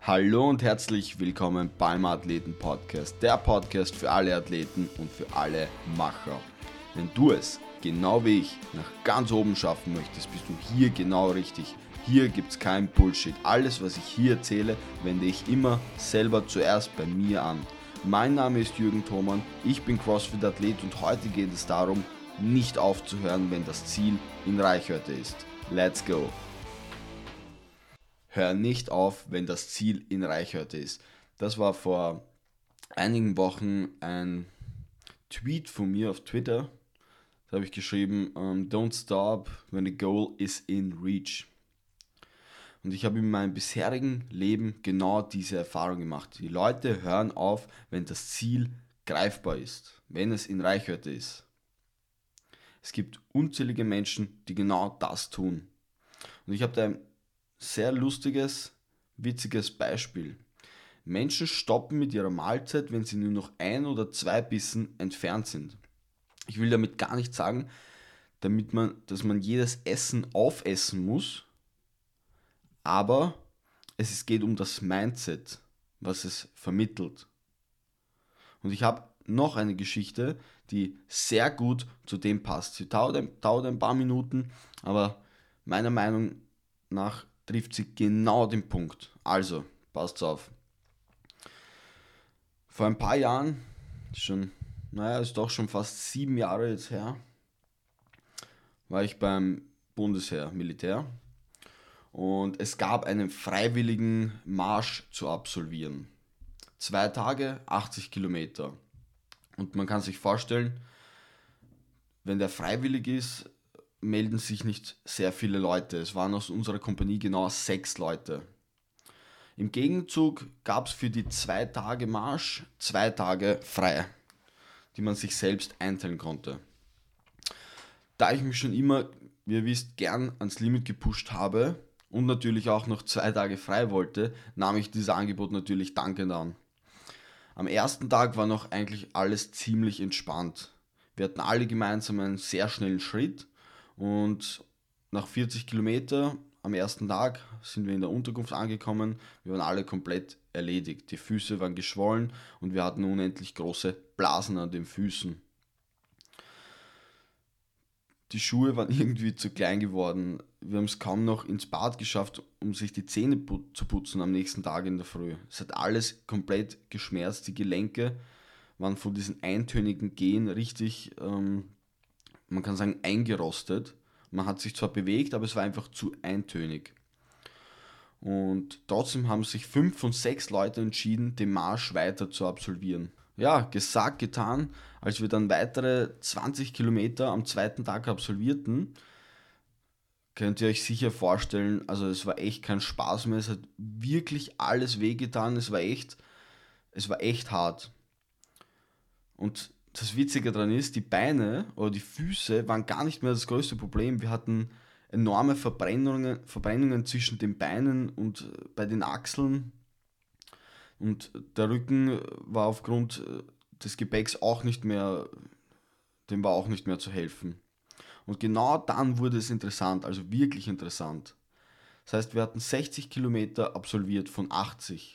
Hallo und herzlich willkommen beim Athleten-Podcast, der Podcast für alle Athleten und für alle Macher. Wenn du es, genau wie ich, nach ganz oben schaffen möchtest, bist du hier genau richtig. Hier gibt es kein Bullshit. Alles, was ich hier erzähle, wende ich immer selber zuerst bei mir an. Mein Name ist Jürgen Thomann, ich bin CrossFit-Athlet und heute geht es darum, nicht aufzuhören, wenn das Ziel in Reichweite ist. Let's go! Hör nicht auf, wenn das Ziel in Reichweite ist. Das war vor einigen Wochen ein Tweet von mir auf Twitter. Da habe ich geschrieben, don't stop when the goal is in reach. Und ich habe in meinem bisherigen Leben genau diese Erfahrung gemacht. Die Leute hören auf, wenn das Ziel greifbar ist, wenn es in Reichweite ist. Es gibt unzählige Menschen, die genau das tun. Und ich habe da ein sehr lustiges, witziges Beispiel. Menschen stoppen mit ihrer Mahlzeit, wenn sie nur noch 1 oder 2 Bissen entfernt sind. Ich will damit gar nicht sagen, dass man jedes Essen aufessen muss, aber geht um das Mindset, was es vermittelt. Und ich habe noch eine Geschichte, die sehr gut zu dem passt. Sie dauert ein paar Minuten, aber meiner Meinung nach trifft sie genau den Punkt. Also, passt auf. Vor ein paar Jahren, ist doch schon fast 7 Jahre jetzt her, war ich beim Bundesheer, Militär. Und es gab einen freiwilligen Marsch zu absolvieren. 2 Tage, 80 Kilometer. Und man kann sich vorstellen, wenn der freiwillig ist, melden sich nicht sehr viele Leute. Es waren aus unserer Kompanie genau 6 Leute. Im Gegenzug gab es für die 2 Tage Marsch 2 Tage frei, die man sich selbst einteilen konnte. Da ich mich schon immer, wie ihr wisst, gern ans Limit gepusht habe und natürlich auch noch 2 Tage frei wollte, nahm ich dieses Angebot natürlich dankend an. Am ersten Tag war noch eigentlich alles ziemlich entspannt. Wir hatten alle gemeinsam einen sehr schnellen Schritt und nach 40 Kilometer am ersten Tag sind wir in der Unterkunft angekommen. Wir waren alle komplett erledigt. Die Füße waren geschwollen und wir hatten unendlich große Blasen an den Füßen. Die Schuhe waren irgendwie zu klein geworden. Wir haben es kaum noch ins Bad geschafft, um sich die Zähne zu putzen am nächsten Tag in der Früh. Es hat alles komplett geschmerzt. Die Gelenke waren von diesen eintönigen Gehen richtig, man kann sagen, eingerostet. Man hat sich zwar bewegt, aber es war einfach zu eintönig. Und trotzdem haben sich 5 von 6 Leute entschieden, den Marsch weiter zu absolvieren. Ja, gesagt, getan. Als wir dann weitere 20 Kilometer am zweiten Tag absolvierten, könnt ihr euch sicher vorstellen, also es war echt kein Spaß mehr, es hat wirklich alles wehgetan, es war echt hart. Und das Witzige daran ist, die Beine oder die Füße waren gar nicht mehr das größte Problem. Wir hatten enorme Verbrennungen zwischen den Beinen und bei den Achseln. Und der Rücken war aufgrund des Gepäcks auch nicht mehr, dem war auch nicht mehr zu helfen. Und genau dann wurde es interessant, also wirklich interessant. Das heißt, wir hatten 60 Kilometer absolviert von 80.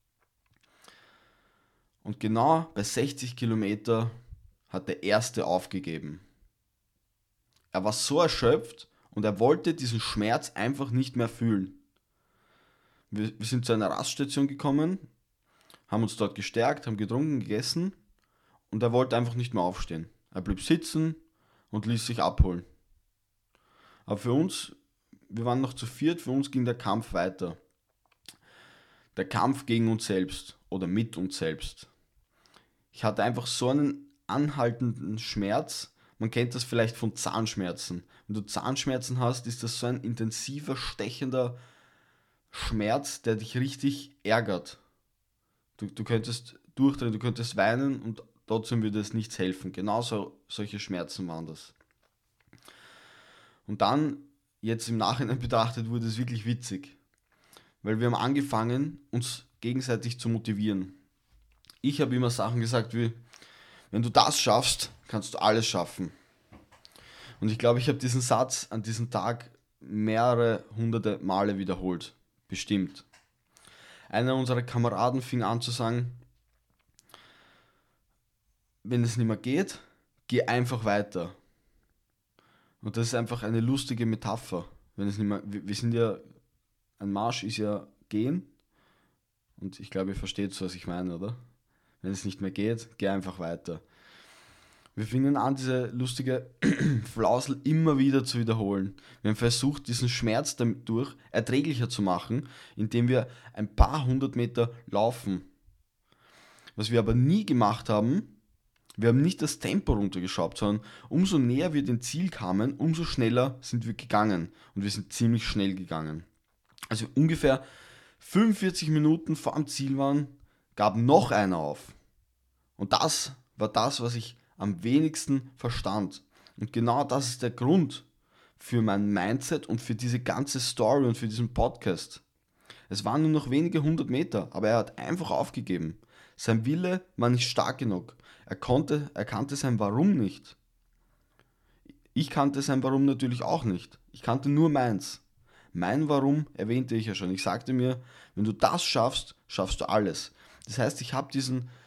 Und genau bei 60 Kilometer hat der Erste aufgegeben. Er war so erschöpft und er wollte diesen Schmerz einfach nicht mehr fühlen. Wir sind zu einer Raststation gekommen, haben uns dort gestärkt, haben getrunken, gegessen und er wollte einfach nicht mehr aufstehen. Er blieb sitzen und ließ sich abholen. Aber für uns, wir waren noch zu viert, für uns ging der Kampf weiter. Der Kampf gegen uns selbst oder mit uns selbst. Ich hatte einfach so einen anhaltenden Schmerz. Man kennt das vielleicht von Zahnschmerzen. Wenn du Zahnschmerzen hast, ist das so ein intensiver, stechender Schmerz, der dich richtig ärgert. Du könntest durchdrehen, du könntest weinen und trotzdem würde es nichts helfen. Genauso solche Schmerzen waren das. Und dann, jetzt im Nachhinein betrachtet, wurde es wirklich witzig. Weil wir haben angefangen, uns gegenseitig zu motivieren. Ich habe immer Sachen gesagt wie, wenn du das schaffst, kannst du alles schaffen. Und ich glaube, ich habe diesen Satz an diesem Tag mehrere hunderte Male wiederholt. Bestimmt. Einer unserer Kameraden fing an zu sagen, wenn es nicht mehr geht, geh einfach weiter. Und das ist einfach eine lustige Metapher. Wenn es nicht mehr, wir sind ja, ein Marsch ist ja gehen. Und ich glaube, ihr versteht, was ich meine, oder? Wenn es nicht mehr geht, geh einfach weiter. Wir fingen an, diese lustige Flausel immer wieder zu wiederholen. Wir haben versucht, diesen Schmerz dadurch erträglicher zu machen, indem wir ein paar hundert Meter laufen. Was wir aber nie gemacht haben, wir haben nicht das Tempo runtergeschraubt, sondern umso näher wir dem Ziel kamen, umso schneller sind wir gegangen. Und wir sind ziemlich schnell gegangen. Also ungefähr 45 Minuten vor dem Ziel waren, gab noch einer auf. Und das war das, was ich am wenigsten verstand. Und genau das ist der Grund für mein Mindset und für diese ganze Story und für diesen Podcast. Es waren nur noch wenige 100 Meter, aber er hat einfach aufgegeben. Sein Wille war nicht stark genug. Er kannte sein Warum nicht. Ich kannte sein Warum natürlich auch nicht. Ich kannte nur meins. Mein Warum erwähnte ich ja schon. Ich sagte mir, wenn du das schaffst, schaffst du alles. Das heißt, ich habe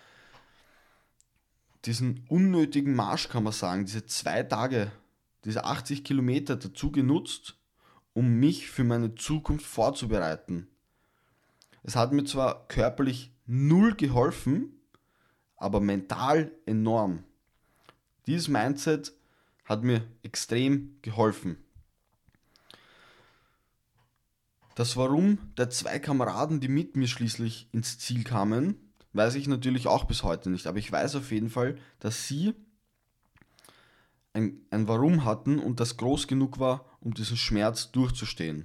diesen unnötigen Marsch, kann man sagen, diese 2 Tage, diese 80 Kilometer dazu genutzt, um mich für meine Zukunft vorzubereiten. Es hat mir zwar körperlich null geholfen, aber mental enorm. Dieses Mindset hat mir extrem geholfen. Das Warum der 2 Kameraden, die mit mir schließlich ins Ziel kamen, weiß ich natürlich auch bis heute nicht. Aber ich weiß auf jeden Fall, dass sie ein Warum hatten und das groß genug war, um diesen Schmerz durchzustehen.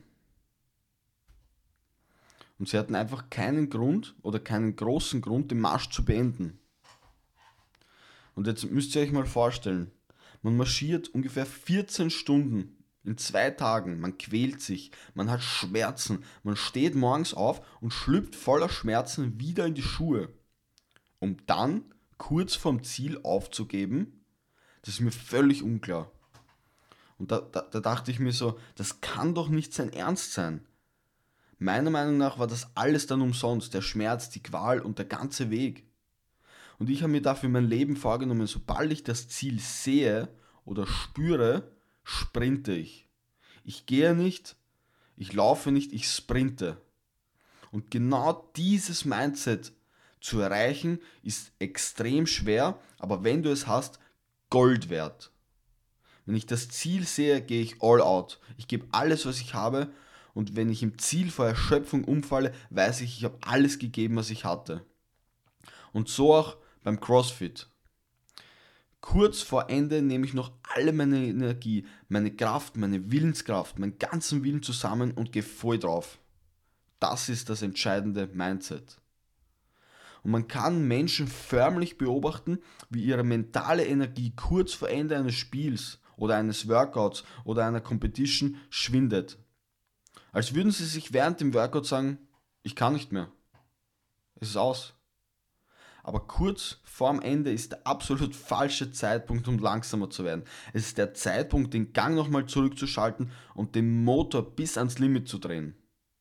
Und sie hatten einfach keinen Grund oder keinen großen Grund, den Marsch zu beenden. Und jetzt müsst ihr euch mal vorstellen, man marschiert ungefähr 14 Stunden in 2 Tagen, man quält sich, man hat Schmerzen, man steht morgens auf und schlüpft voller Schmerzen wieder in die Schuhe, um dann kurz vorm Ziel aufzugeben. Das ist mir völlig unklar. Und da dachte ich mir so, das kann doch nicht sein Ernst sein. Meiner Meinung nach war das alles dann umsonst, der Schmerz, die Qual und der ganze Weg. Und ich habe mir dafür mein Leben vorgenommen, sobald ich das Ziel sehe oder spüre, sprinte ich. Ich gehe nicht, ich laufe nicht, ich sprinte. Und genau dieses Mindset zu erreichen, ist extrem schwer, aber wenn du es hast, Gold wert. Wenn ich das Ziel sehe, gehe ich all out. Ich gebe alles, was ich habe, und wenn ich im Ziel vor Erschöpfung umfalle, weiß ich, ich habe alles gegeben, was ich hatte. Und so auch beim CrossFit. Kurz vor Ende nehme ich noch alle meine Energie, meine Kraft, meine Willenskraft, meinen ganzen Willen zusammen und gehe voll drauf. Das ist das entscheidende Mindset. Und man kann Menschen förmlich beobachten, wie ihre mentale Energie kurz vor Ende eines Spiels oder eines Workouts oder einer Competition schwindet. Als würden sie sich während dem Workout sagen, ich kann nicht mehr. Es ist aus. Aber kurz vorm Ende ist der absolut falsche Zeitpunkt, um langsamer zu werden. Es ist der Zeitpunkt, den Gang nochmal zurückzuschalten und den Motor bis ans Limit zu drehen.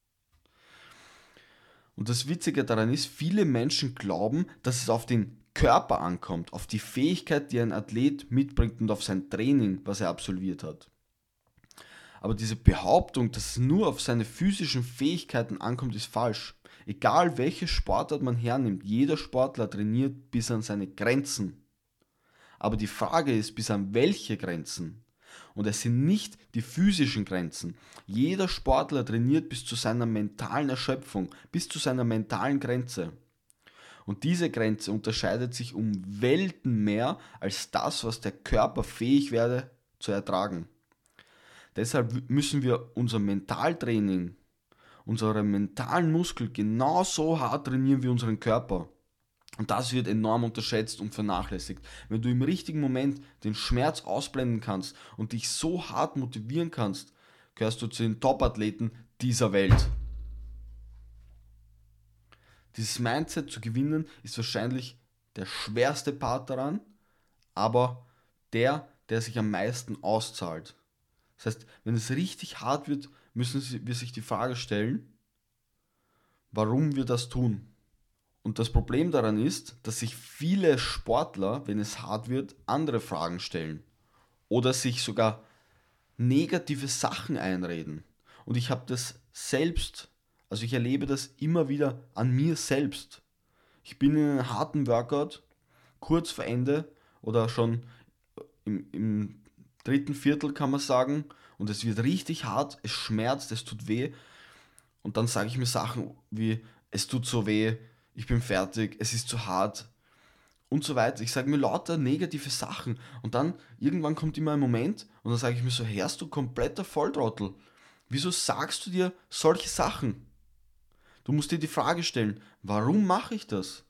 Und das Witzige daran ist, viele Menschen glauben, dass es auf den Körper ankommt, auf die Fähigkeit, die ein Athlet mitbringt und auf sein Training, was er absolviert hat. Aber diese Behauptung, dass es nur auf seine physischen Fähigkeiten ankommt, ist falsch. Egal welche Sportart man hernimmt, jeder Sportler trainiert bis an seine Grenzen. Aber die Frage ist, bis an welche Grenzen? Und es sind nicht die physischen Grenzen. Jeder Sportler trainiert bis zu seiner mentalen Erschöpfung, bis zu seiner mentalen Grenze. Und diese Grenze unterscheidet sich um Welten mehr als das, was der Körper fähig wäre zu ertragen. Deshalb müssen wir unser Mentaltraining, unsere mentalen Muskeln genauso hart trainieren wie unseren Körper. Und das wird enorm unterschätzt und vernachlässigt. Wenn du im richtigen Moment den Schmerz ausblenden kannst und dich so hart motivieren kannst, gehörst du zu den Top-Athleten dieser Welt. Dieses Mindset zu gewinnen ist wahrscheinlich der schwerste Part daran, aber der sich am meisten auszahlt. Das heißt, wenn es richtig hart wird, müssen wir sich die Frage stellen, warum wir das tun. Und das Problem daran ist, dass sich viele Sportler, wenn es hart wird, andere Fragen stellen oder sich sogar negative Sachen einreden. Und ich habe das selbst, also ich erlebe das immer wieder an mir selbst. Ich bin in einem harten Workout, kurz vor Ende oder schon im dritten Viertel kann man sagen, und es wird richtig hart, es schmerzt, es tut weh. Und dann sage ich mir Sachen wie, es tut so weh, ich bin fertig, es ist zu hart und so weiter. Ich sage mir lauter negative Sachen. Und dann irgendwann kommt immer ein Moment und dann sage ich mir so, hörst du kompletter Volltrottel? Wieso sagst du dir solche Sachen? Du musst dir die Frage stellen, warum mache ich das?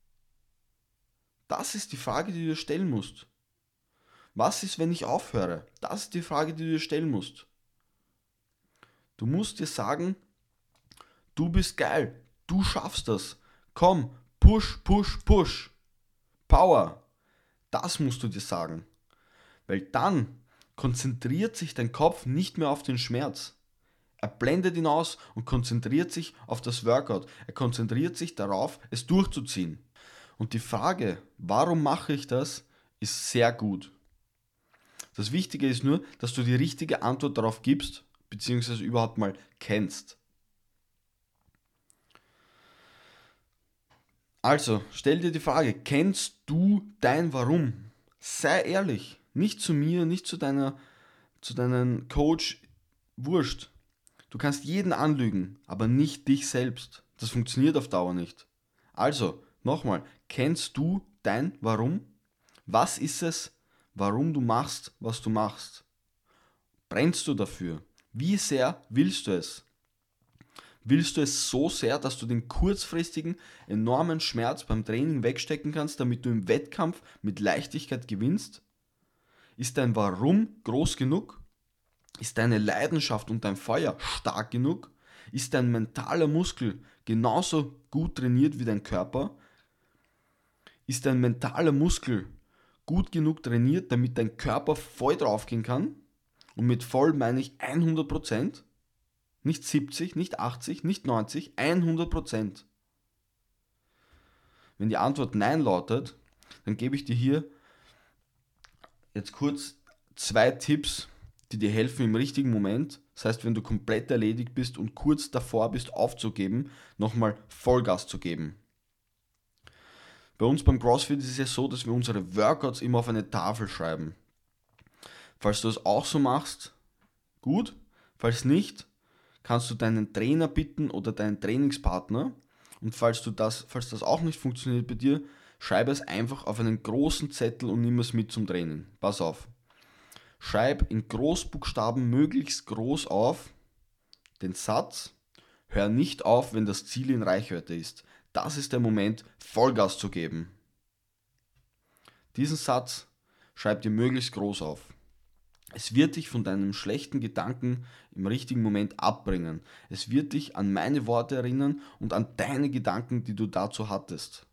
Das ist die Frage, die du dir stellen musst. Was ist, wenn ich aufhöre? Das ist die Frage, die du dir stellen musst. Du musst dir sagen, du bist geil, du schaffst das. Komm, push, push, push. Power. Das musst du dir sagen. Weil dann konzentriert sich dein Kopf nicht mehr auf den Schmerz. Er blendet ihn aus und konzentriert sich auf das Workout. Er konzentriert sich darauf, es durchzuziehen. Und die Frage, warum mache ich das, ist sehr gut. Das Wichtige ist nur, dass du die richtige Antwort darauf gibst, beziehungsweise überhaupt mal kennst. Also, stell dir die Frage, kennst du dein Warum? Sei ehrlich. Nicht zu mir, nicht zu deinem Coach, wurscht. Du kannst jeden anlügen, aber nicht dich selbst. Das funktioniert auf Dauer nicht. Also, nochmal, kennst du dein Warum? Was ist es, warum du machst, was du machst? Brennst du dafür? Wie sehr willst du es? Willst du es so sehr, dass du den kurzfristigen, enormen Schmerz beim Training wegstecken kannst, damit du im Wettkampf mit Leichtigkeit gewinnst? Ist dein Warum groß genug? Ist deine Leidenschaft und dein Feuer stark genug? Ist dein mentaler Muskel genauso gut trainiert wie dein Körper? Ist dein mentaler Muskel gut genug trainiert, damit dein Körper voll draufgehen kann? Und mit voll meine ich 100%. Nicht 70, nicht 80, nicht 90, 100%. Wenn die Antwort Nein lautet, dann gebe ich dir hier jetzt kurz 2 Tipps, die dir helfen im richtigen Moment. Das heißt, wenn du komplett erledigt bist und kurz davor bist aufzugeben, nochmal Vollgas zu geben. Bei uns beim CrossFit ist es ja so, dass wir unsere Workouts immer auf eine Tafel schreiben. Falls du das auch so machst, gut. Falls nicht, kannst du deinen Trainer bitten oder deinen Trainingspartner. Und falls das auch nicht funktioniert bei dir, schreibe es einfach auf einen großen Zettel und nimm es mit zum Training. Pass auf. Schreib in Großbuchstaben möglichst groß auf den Satz, hör nicht auf, wenn das Ziel in Reichweite ist. Das ist der Moment, Vollgas zu geben. Diesen Satz schreib dir möglichst groß auf. Es wird dich von deinem schlechten Gedanken im richtigen Moment abbringen. Es wird dich an meine Worte erinnern und an deine Gedanken, die du dazu hattest.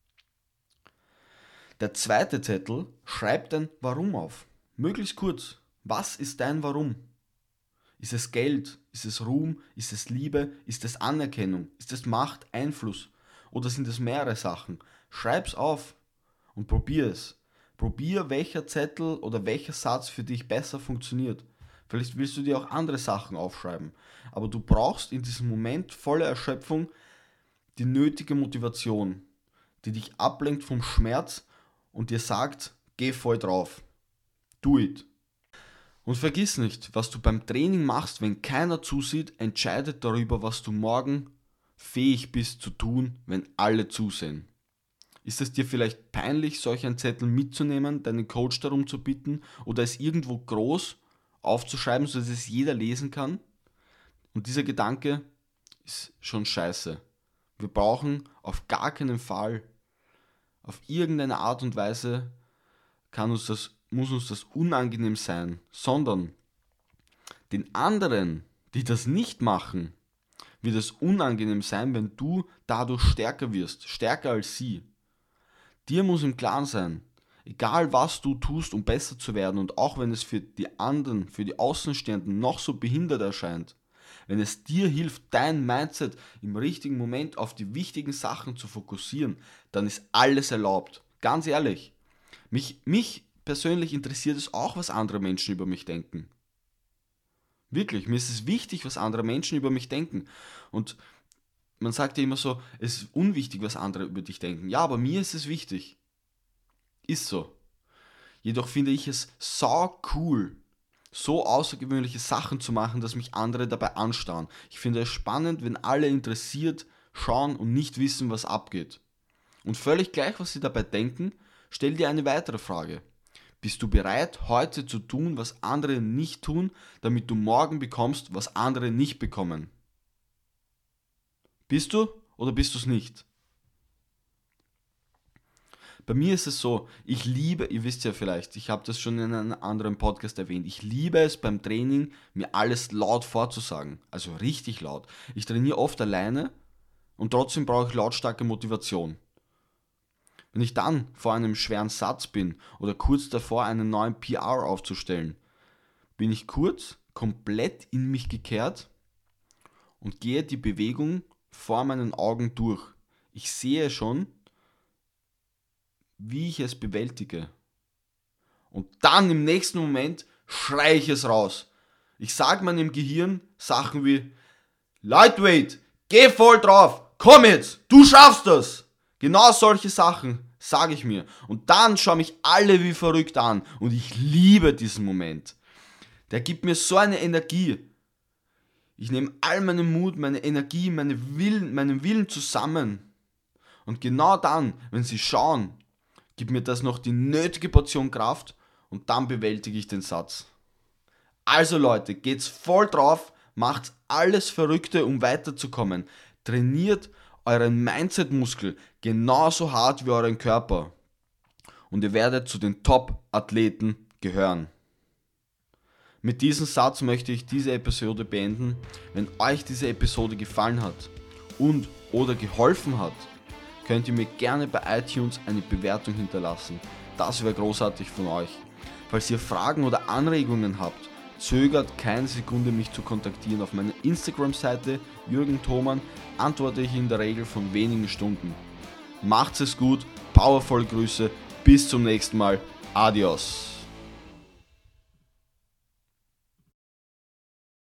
Der zweite Zettel, schreib dein Warum auf. Möglichst kurz. Was ist dein Warum? Ist es Geld? Ist es Ruhm? Ist es Liebe? Ist es Anerkennung? Ist es Macht, Einfluss? Oder sind es mehrere Sachen? Schreib's auf und probier es. Probier, welcher Zettel oder welcher Satz für dich besser funktioniert. Vielleicht willst du dir auch andere Sachen aufschreiben. Aber du brauchst in diesem Moment voller Erschöpfung die nötige Motivation, die dich ablenkt vom Schmerz und dir sagt, geh voll drauf. Do it. Und vergiss nicht, was du beim Training machst, wenn keiner zusieht, entscheidet darüber, was du morgen fähig bist zu tun, wenn alle zusehen. Ist es dir vielleicht peinlich, solch einen Zettel mitzunehmen, deinen Coach darum zu bitten oder es irgendwo groß aufzuschreiben, sodass es jeder lesen kann? Und dieser Gedanke ist schon scheiße. Wir brauchen auf gar keinen Fall, auf irgendeine Art und Weise muss uns das unangenehm sein, sondern den anderen, die das nicht machen, wird es unangenehm sein, wenn du dadurch stärker wirst, stärker als sie. Dir muss im Klaren sein, egal was du tust, um besser zu werden und auch wenn es für die anderen, für die Außenstehenden noch so behindert erscheint, wenn es dir hilft, dein Mindset im richtigen Moment auf die wichtigen Sachen zu fokussieren, dann ist alles erlaubt. Ganz ehrlich, mich persönlich interessiert es auch, was andere Menschen über mich denken. Wirklich, mir ist es wichtig, was andere Menschen über mich denken. Und man sagt ja immer so, es ist unwichtig, was andere über dich denken. Ja, aber mir ist es wichtig. Ist so. Jedoch finde ich es sau cool, so außergewöhnliche Sachen zu machen, dass mich andere dabei anstarren. Ich finde es spannend, wenn alle interessiert schauen und nicht wissen, was abgeht. Und völlig gleich, was sie dabei denken, stell dir eine weitere Frage. Bist du bereit, heute zu tun, was andere nicht tun, damit du morgen bekommst, was andere nicht bekommen? Bist du oder bist du es nicht? Bei mir ist es so, ich liebe, ihr wisst ja vielleicht, ich habe das schon in einem anderen Podcast erwähnt, ich liebe es beim Training, mir alles laut vorzusagen, also richtig laut. Ich trainiere oft alleine und trotzdem brauche ich lautstarke Motivation. Wenn ich dann vor einem schweren Satz bin oder kurz davor einen neuen PR aufzustellen, bin ich kurz komplett in mich gekehrt und gehe die Bewegung vor meinen Augen durch. Ich sehe schon, wie ich es bewältige. Und dann im nächsten Moment schreie ich es raus. Ich sage meinem Gehirn Sachen wie: Lightweight, geh voll drauf, komm jetzt, du schaffst das. Genau solche Sachen sage ich mir. Und dann schauen mich alle wie verrückt an. Und ich liebe diesen Moment. Der gibt mir so eine Energie. Ich nehme all meinen Mut, meine Energie, meinen Willen zusammen. Und genau dann, wenn sie schauen, gibt mir das noch die nötige Portion Kraft und dann bewältige ich den Satz. Also Leute, geht's voll drauf, macht alles Verrückte, um weiterzukommen. Trainiert euren Mindset-Muskel genauso hart wie euren Körper. Und ihr werdet zu den Top-Athleten gehören. Mit diesem Satz möchte ich diese Episode beenden. Wenn euch diese Episode gefallen hat und oder geholfen hat, könnt ihr mir gerne bei iTunes eine Bewertung hinterlassen. Das wäre großartig von euch. Falls ihr Fragen oder Anregungen habt, zögert keine Sekunde, mich zu kontaktieren. Auf meiner Instagram-Seite Jürgen Thoman antworte ich in der Regel von wenigen Stunden. Macht's es gut, powervoll Grüße, bis zum nächsten Mal, adios.